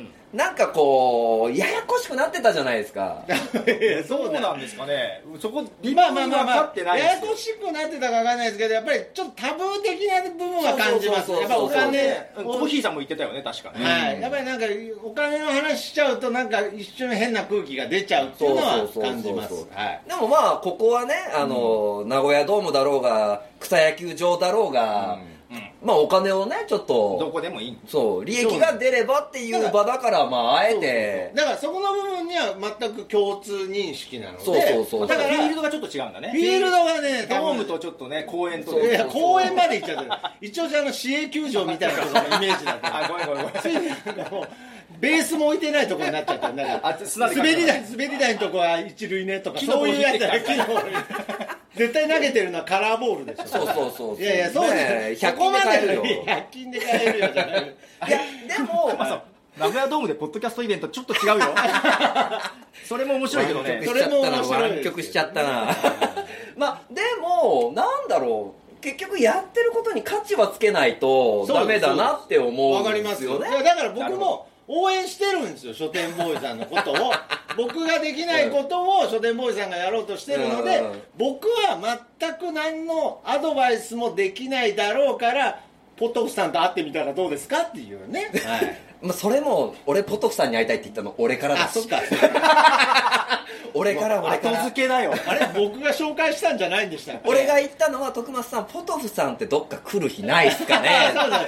なんかこうややこしくなってたじゃないですか。 そうなんですかね。そこ理分が分かってない。 ややこしくなってたか分かんないですけど、やっぱりちょっとタブー的な部分は感じます。やっぱお金、 コーヒーさんも言ってたよね、確かに。 やっぱりなんかお金の話しちゃうとなんか一瞬変な空気が出ちゃうっていうのは感じます。 でもまあここはね、名古屋ドームだろうが草野球場だろうが、まあお金をねちょっとどこでもいい、 そう利益が出ればっていう場だからまああえてだからそこの部分には全く共通認識なので、 そうだからフィールドがちょっと違うんだね。 フィールドがねドームとちょっとね公園と公園まで行っちゃってる。一応市営球場みたいなところのイメージだった。 ごめんベースも置いてないところになっちゃった。滑り台のとこは一塁ねとかそういうやつだ。絶対投げてるのはカラーボールでしょ。 そういやそうです 100均で買えるよ。 100均で買えるよじゃない。 いやでも名古屋ドームでポッドキャストイベントちょっと違うよ。それも面白いけどね。 それも面白い。湾曲しちゃったな。まあでもなんだろう、結局やってることに価値はつけないとダメだなって思うんですよね。 わかりますよね。だから僕も応援してるんですよ、書店ボーイさんのことを。 僕ができないことを書店ボーイさんがやろうとしてるので、僕は全く何のアドバイスもできないだろうからポトフさんと会ってみたらどうですかっていうね、はい、 まあそれも俺ポトフさんに会いたいって言ったの俺からだし。 あ、そっか俺から後付けだよ。 あれ僕が紹介したんじゃないんでしたっけ。 俺が言ったのは徳松さん、ポトフさんってどっか来る日ないっすかね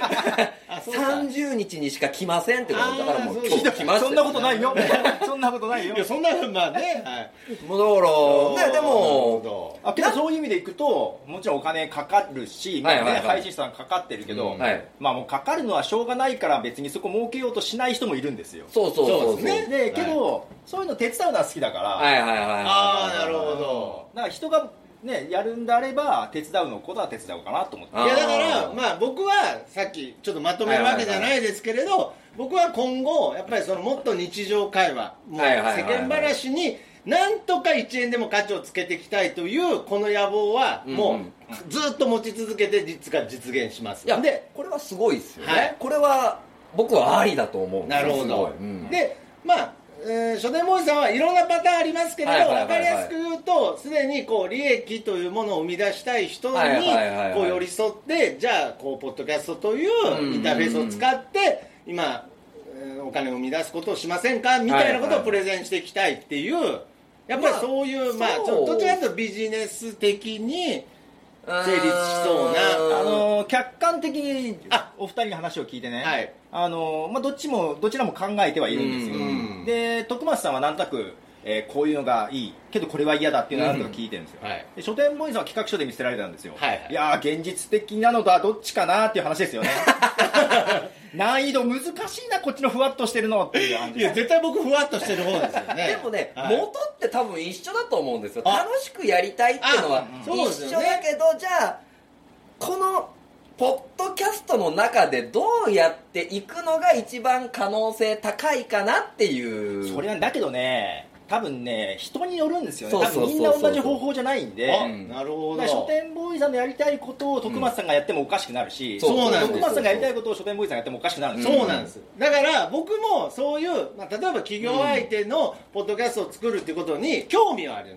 30日にしか来ませんってことだからもう今日来ました。 そんなことないよそんなことないよ。 いやそんなまあね、はい、 もうだからね、でもけどそういう意味でいくともちろんお金かかるし、配信者さんかかってるけど、まあもうかかるのはしょうがないから別にそこ儲けようとしない人もいるんですよ。 そうですね。でけど、そういうの手伝うのは好きだから、 ああなるほど。 だから人がねやるんであれば手伝うのことは手伝おうかなと思って。 いやだからまあ僕はさっきちょっとまとめるわけじゃないですけれど、僕は今後やっぱりそのもっと日常会話、もう世間話になんとか1円でも価値をつけていきたいというこの野望はもうずっと持ち続けて実現します。 でこれはすごいですよね。これは僕はありだと思う。 なるほど。でまあ書店ボーイさんはいろんなパターンありますけれど、分かりやすく言うとすでにこう利益というものを生み出したい人にこう寄り添って、じゃあこうポッドキャストというインターフェースを使って今お金を生み出すことをしませんかみたいなことをプレゼンしていきたいっていう、やっぱりそういうまあどちらかというとビジネス的に成立しそうな、 客観的にお二人の話を聞いてね、まあ、どちらも考えてはいるんですよ。で徳松さんはなんとなく、こういうのがいいけどこれは嫌だっていうのをなんとか聞いてるんですよ。で書店ボーイさんは企画書で見せられたんですよ。いや現実的なのとはどっちかなっていう話ですよね難易度難しいなこっちのふわっとしてるのっていう感じ。 いや絶対僕ふわっとしてる方ですよねでもね、元って多分一緒だと思うんですよ。楽しくやりたいっていうのは一緒だけど、じゃあこのポッドキャストの中でどうやっていくのが一番可能性高いかなっていう。 それはだけどね多分ね人によるんですよね。多分みんな同じ方法じゃないんで。 なるほど。 書店ボーイさんのやりたいことを徳松さんがやってもおかしくなるし、 そうなんです。 徳松さんがやりたいことを書店ボーイさんがやってもおかしくなるんです。 そうなんです。だから僕もそういう、まあ、例えば企業相手のポッドキャストを作るっていうことに興味はあるんです。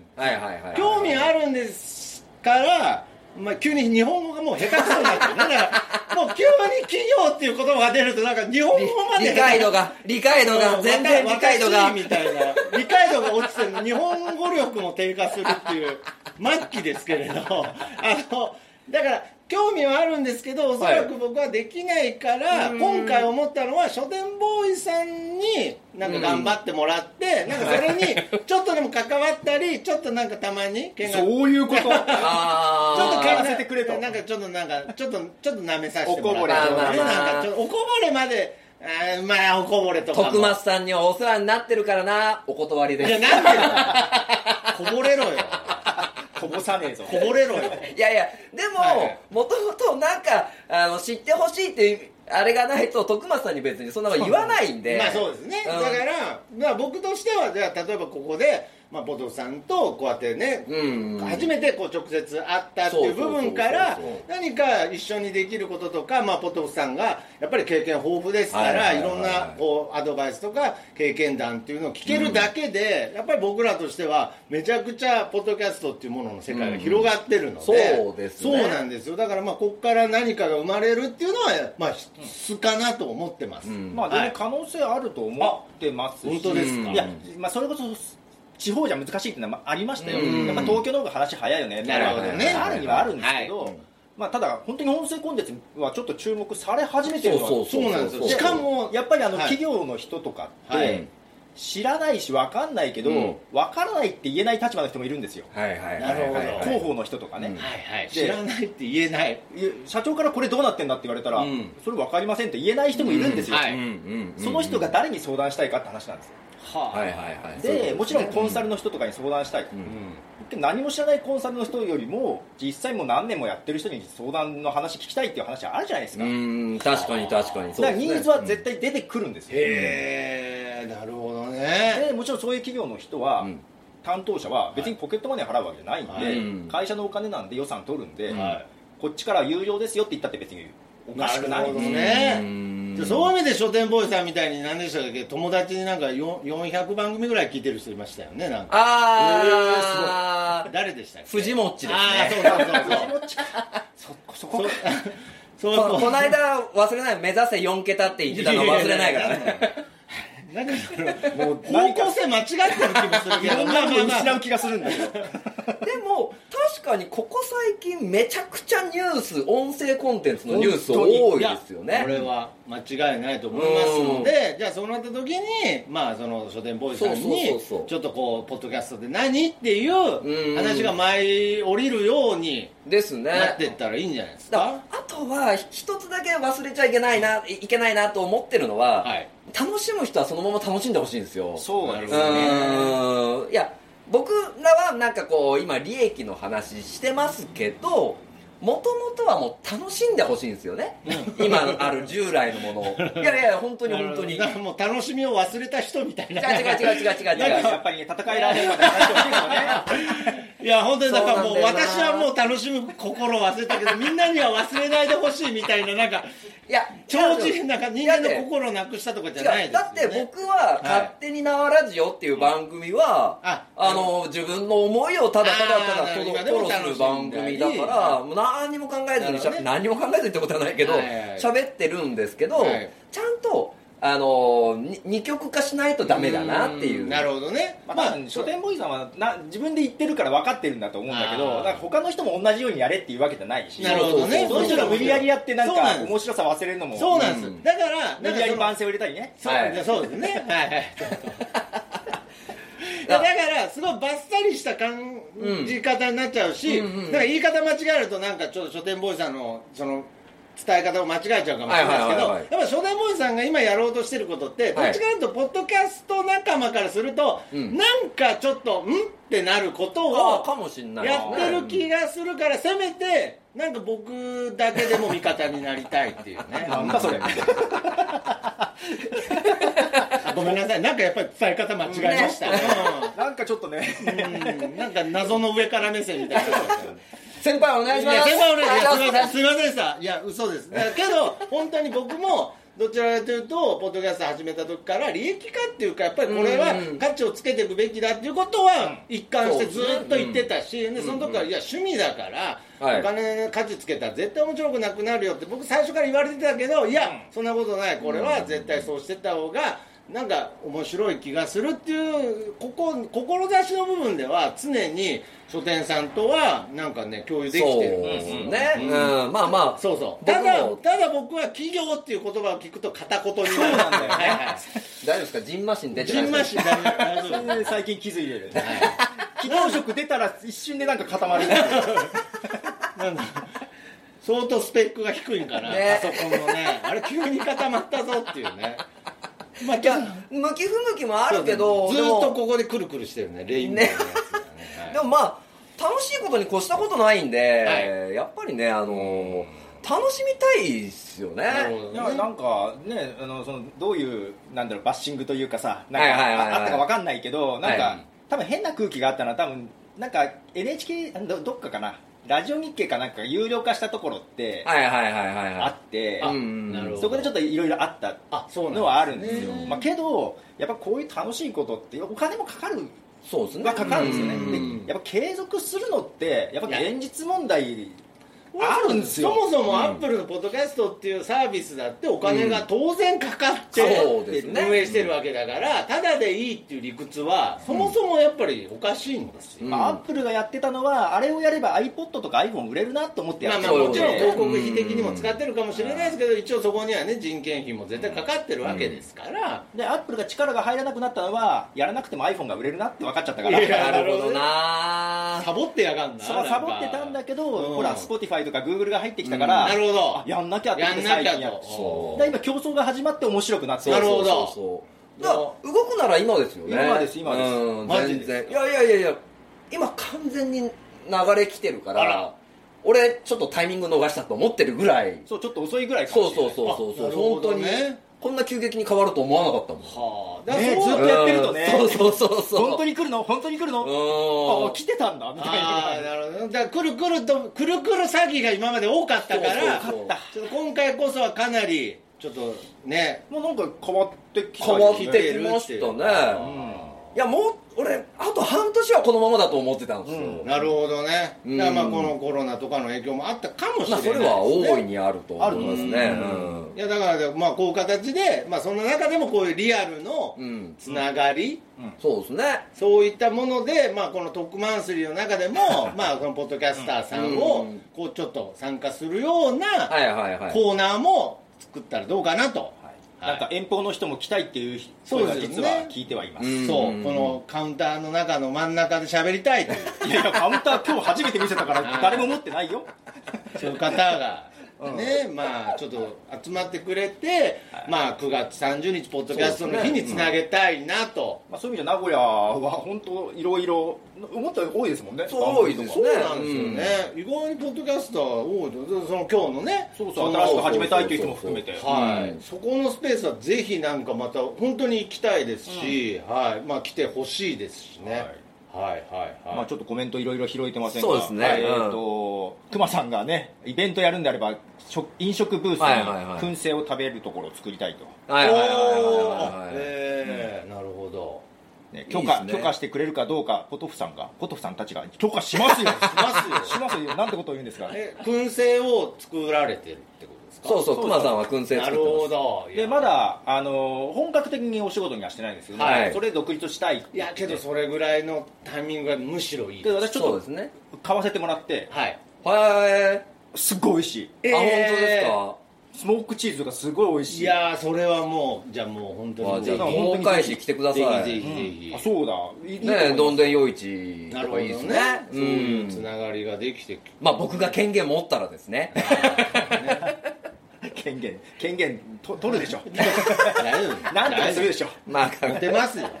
興味あるんですから、まあ、急に日本語がもう下手くそになってるね。だからもう急に企業っていう言葉が出るとなんか日本語まで理解度が全然理解度がみたいな理解度が落ちてるの。日本語力も低下するっていう末期ですけれどだから興味はあるんですけど、おそらく僕はできないから、今回思ったのは書店ボーイさんになんか頑張ってもらって、なんかそれにちょっとでも関わったり、ちょっとなんかたまにそういうことちょっと買わせてくれと、なんかちょっと舐めさせてもらって、おこぼれとかね、なんかちょっとおこぼれまでまあおこぼれとかも徳松さんにはお世話になってるからな、お断りです。 いやなんでよこぼれろよこぼさねえぞこぼれろよいやいやでももともとなんか知ってほしいっていうあれがないと徳松さんに別にそんなこと言わないんで。 まあそうですね、だから、まあ、僕としてはじゃあ例えばここで、まあ、ポトフさんとこうやってね、初めてこう直接会ったっていう部分から何か一緒にできることとか、まあ、ポトフさんがやっぱり経験豊富ですから、いろんなこうアドバイスとか経験談っていうのを聞けるだけで、やっぱり僕らとしてはめちゃくちゃポッドキャストっていうものの世界が広がってるので、 そうですね、 そうなんですよ。だからまあここから何かが生まれるっていうのはまあ必須かなと思ってます。 まあでも可能性あると思ってますし、 本当ですか。 いや、まあ、それこそ地方じゃ難しいっていうのはありましたよ。やっぱ東京の方が話早いよねってあるにはあるんですけど、まあ、ただ本当に音声コンテンツはちょっと注目され始めてるのはそうなんですよ。しかもやっぱり企業の人とかって知らないし分かんないけど、分からないって言えない立場の人もいるんですよ。 なるほど。 広報の人とかね、 知らないって言えない、 社長からこれどうなってんだって言われたら、それ分かりませんって言えない人もいるんですよ。その人が誰に相談したいかって話なんですよ。でもちろんコンサルの人とかに相談したい、何も知らないコンサルの人よりも実際もう何年もやってる人に相談の話聞きたいっていう話はあるじゃないですか。 確かに確かにだからニーズは絶対出てくるんですよ。 へえ、なるほどね。 でもちろんそういう企業の人は、担当者は別にポケットマネー払うわけじゃないんで、会社のお金なんで予算取るんで、こっちから有料ですよって言ったって別におかしくないんですね。 そういう意味で書店ボーイさんみたいに何でしたっけ、友達になんか400番組ぐらい聞いてる人いましたよね。なんかすごい。誰でしたっけ。 藤もっちですね。 そここの間忘れない、目指せ4桁って言ってたの忘れないからね。 なんかもう方向性間違ってる気もするけど、 失う気がするんだけど。 でも確かにここ最近めちゃくちゃニュース、音声コンテンツのニュース多いですよね。 これは間違いないと思いますので、じゃあそうなった時にその書店ボーイさんにちょっとこうポッドキャストで何っていう話が舞い降りるようにですね、 なっていったらいいんじゃないですか。 あとは一つだけ忘れちゃいけないなと思ってるのは、楽しむ人はそのまま楽しんでほしいんですよ。 そうですね。 いや僕らはなんかこう今利益の話してますけど、もともとはもう楽しんでほしいんですよね、今ある従来のものを。いや本当に本当にもう楽しみを忘れた人みたいな。 違うやっぱりね、戦いられるまでやってほしいですよね。 いや本当にだからもう私はもう楽しむ心を忘れたけど、みんなには忘れないでほしいみたいな、なんかいや超人なんか人間の心をなくしたとかじゃないですよね。 だって僕は勝手に縄ラジオっていう番組は、自分の思いをただ吐露する番組だから、もう何も考えずに何も考えずにってことはないけど喋ってるんですけど、ちゃんと二極化しないとダメだなっていう。 なるほどね。 書店ボーイさんは自分で言ってるから分かってるんだと思うんだけど、他の人も同じようにやれっていうわけじゃないし。 なるほどね。 そういう人が無理やりやってなんか面白さ忘れるのも。 そうなんです。だから無理やり番宣を入れたりね。 そうですね。だからすごいバッサリした感じ方になっちゃうし、なんか言い方間違えるとなんかちょっと書店ボーイさんのその伝え方を間違えちゃうかもしれないですけど、やっぱ書店ボーイさんが今やろうとしてることって、どっちかというとポッドキャスト仲間からすると、なんかちょっとってなることをやってる気がするから、せめてなんか僕だけでも味方になりたいっていうね。 なんだそれ。 ごめんなさい、なんかやっぱり伝え方間違えました。 なんかちょっとね、 なんか謎の上から目線みたいな。 先輩お願いします。 先輩お願いします。すいませんでした。いや嘘です。だけど本当に僕もどちらかというとポッドキャスト始めた時から利益化っていうか、やっぱりこれは価値をつけていくべきだっていうことは一貫してずっと言ってたし、でその時からいや趣味だからお金価値つけたら絶対面白くなくなるよって僕最初から言われてたけど、いやそんなことない、これは絶対そうしてった方がなんか面白い気がするっていう志の部分では常に書店さんとはなんかね共有できてるんですよね。 まあまあそうそう。ただ僕は企業っていう言葉を聞くと片言になる。そうなんだよね。 大丈夫ですか？ジンマシン出てない。 ジンマシン大丈夫。 最近気づいてる。機能色出たら一瞬でなんか固まる。 なんだ。相当スペックが低いんかな、パソコンのね。あれ急に固まったぞっていうね。 まあ、向き不向きもあるけど、 ずっとここでくるくるしてるね、レインボーのやつがね。 でもまあ楽しいことに越したことないんで、やっぱりね楽しみたいっすよね。 なんかね、そのどういうなんだろうバッシングというかさ、なんかあったか分かんないけど、なんか多分変な空気があったのは多分なんか NHK どっかかな。ラジオ日経かなんか有料化したところってあって、そこでちょっといろいろあったのはあるんですよ。まあけどやっぱこういう楽しいことってお金もかかる。 そうですね。 かかるんですよね。でやっぱ継続するのってやっぱ現実問題あるんですよ。 そもそもアップルのポッドキャストっていうサービスだってお金が当然かかって運営してるわけだから、ただでいいっていう理屈はそもそもやっぱりおかしいんですよ。 アップルがやってたのはあれをやれば iPod とか iPhone 売れるなと思ってやってた。 もちろん広告費的にも使ってるかもしれないですけど、一応そこにはね人件費も絶対かかってるわけですから。 でアップルが力が入らなくなったのはやらなくても iPhone が売れるなって分かっちゃったから。 なるほどな。 サボってやがんな。 そうサボってたんだけど、ほら Spotify とか Google が入ってきたから、 なるほど、 やんなきゃって最近やる。今競争が始まって面白くなって。 なるほど。 だから動くなら今ですよね。 今です今です。 全然。いや今完全に流れ来てるから。俺ちょっとタイミング逃したと思ってるぐらい。 そうちょっと遅いぐらいかもしれない。 そう本当にこんな急激に変わると思わなかったもん。 はあ。ずっとやってるとね。 そう本当に来るのあ来てたんだみたいな。 なるほど。だからくるくる詐欺が今まで多かったから、ちょっと今回こそはかなりちょっとねもうなんか変わってきましたね。いやもう俺あと半年はこのままだと思ってたんですよ。 なるほどね。だからまあこのコロナとかの影響もあったかもしれないですね。 それは大いにあると思いますね。 いやだからまあこういう形でまあそんな中でもこういうリアルのつながり、 そうですね。 そういったものでまあこのトークマンスリーの中でもまあこのポッドキャスターさんをこうちょっと参加するようなコーナーも作ったらどうかなと。 なんか遠方の人も来たいっていう声が実は聞いてはいます。 そう、このカウンターの中の真ん中で喋りたいという。 いやカウンター今日初めて見せたから誰も持ってないよ。 そういう方がね、まあちょっと集まってくれて、まあ9月30日ポッドキャストの日につなげたいなと。 まあそういう意味で名古屋は本当いろいろ思ったより多いですもんね。 そう多いですね。 そうなんですよね。意外にポッドキャストは多いと、その今日のね、 そう新しく始めたいという人も含めて、 はい、そこのスペースはぜひなんかまた本当に行きたいですし、はい、まあ来てほしいですしね。はいまあちょっとコメントいろいろ拾えてませんが、 そうですね。 熊さんがねイベントやるんであれば飲食ブースに燻製を食べるところを作りたいと。 なるほど。 許可してくれるかどうかポトフさんたちが許可しますよ。しますよ。なんてことを言うんですか。 燻製を作られてるってことですか。 そう熊さんは燻製作ってます。 なるほど。 でまだ本格的にお仕事にはしてないんですけど、それで独立したい。 いやけどそれぐらいのタイミングがむしろいい。 で私ちょっと買わせてもらって、すっごい美味しい。 本当ですか。 スモークチーズがすごい美味しい。 いやそれはもうじゃあもう本当にじゃあ大返し来てください。 ぜひそうだね、どんでん夜市とかいいですね。 そういうつながりができて、 まあ僕が権限持ったらですね。 権限取るでしょ。なんとかするでしょ。 まあ持てますよ。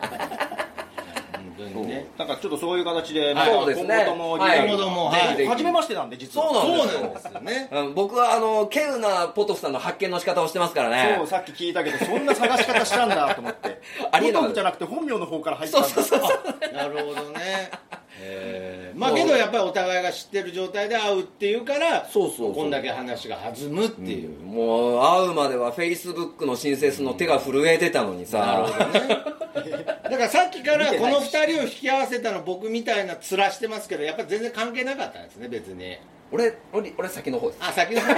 なんかちょっとそういう形で、 そうですね。 今後とも初めましてなんで実は。 そうなんですよね。 僕は稀有なポトフさんの発見の仕方をしてますからね。 そうさっき聞いたけどそんな探し方したんだと思って。ポトフじゃなくて本名の方から入ったんだ。 そう。 なるほどね。まあけどやっぱりお互いが知ってる状態で会うっていうからこんだけ話が弾むっていう、 もう会うまではフェイスブックの申請するの手が震えてたのにさ。 なるほどね。だからさっきからこの2人を引き合わせたの僕みたいな面してますけどやっぱり全然関係なかったんですね別に。 俺先の方です。 先の方。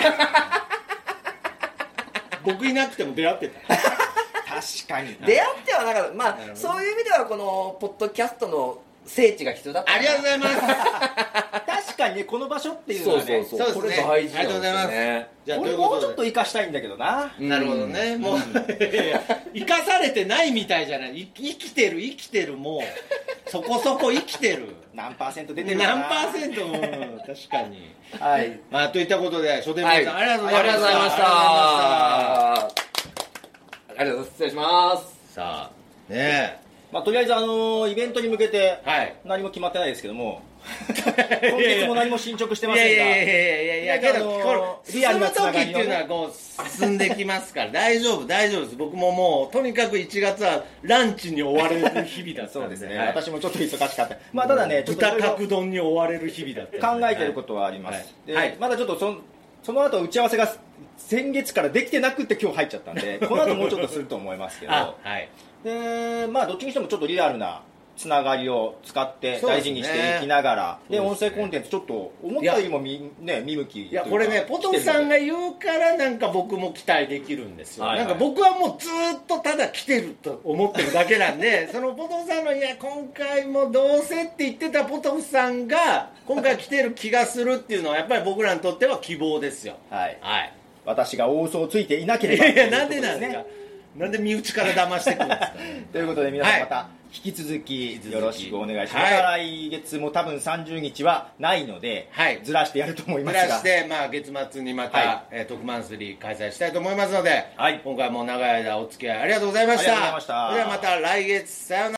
僕いなくても出会ってた。 確かに出会ってはなかった。まあそういう意味ではこのポッドキャストの聖地が必要だった。 ありがとうございます。 確かにねこの場所っていうのはね、 そうこれ大事なんですよね。 じゃあ俺もうちょっと生かしたいんだけどな。 なるほどね。もう生かされてないみたいじゃない。生きてるもうそこそこ生きてる。 何%出てるかな。 何%確かに。 はい。 まあといったことで書店皆さんありがとうございました。 ありがとうございます。失礼します。 さあねえ。 まあ、とりあえずイベントに向けて何も決まってないですけども、今月も何も進捗してませんが、 いやけどリアルなつながりっていうのはこう進んできますから大丈夫です。僕ももうとにかく1月はランチに追われる日々だったんで。 そうですね、私もちょっと忙しかった。まあただねちょっと豚角丼に追われる日々だった考えてることはあります。まだちょっとその後打ち合わせが先月からできてなくて今日入っちゃったんでこの後もうちょっとすると思いますけどでまあどっちにしてもちょっとリアルなつながりを使って大事にしていきながらで音声コンテンツちょっと思ったよりも見向きいやこれねポトフさんが言うからなんか僕も期待できるんですよ。なんか僕はもうずっとただ来てると思ってるだけなんでそのポトフさんのいや今回もどうせって言ってたポトフさんが今回来てる気がするっていうのはやっぱり僕らにとっては希望ですよ。 私が大嘘をついていなければ。 いやなんでなんですか。なんで身内から騙してくるんですか。 ということで皆さんまた引き続きよろしくお願いします。来月も多分30日はないのでずらしてやると思いますが、 ずらしてまあ月末にまた特マンスリー開催したいと思いますので、今回も長い間お付き合いありがとうございました。 ではまた来月さよなら。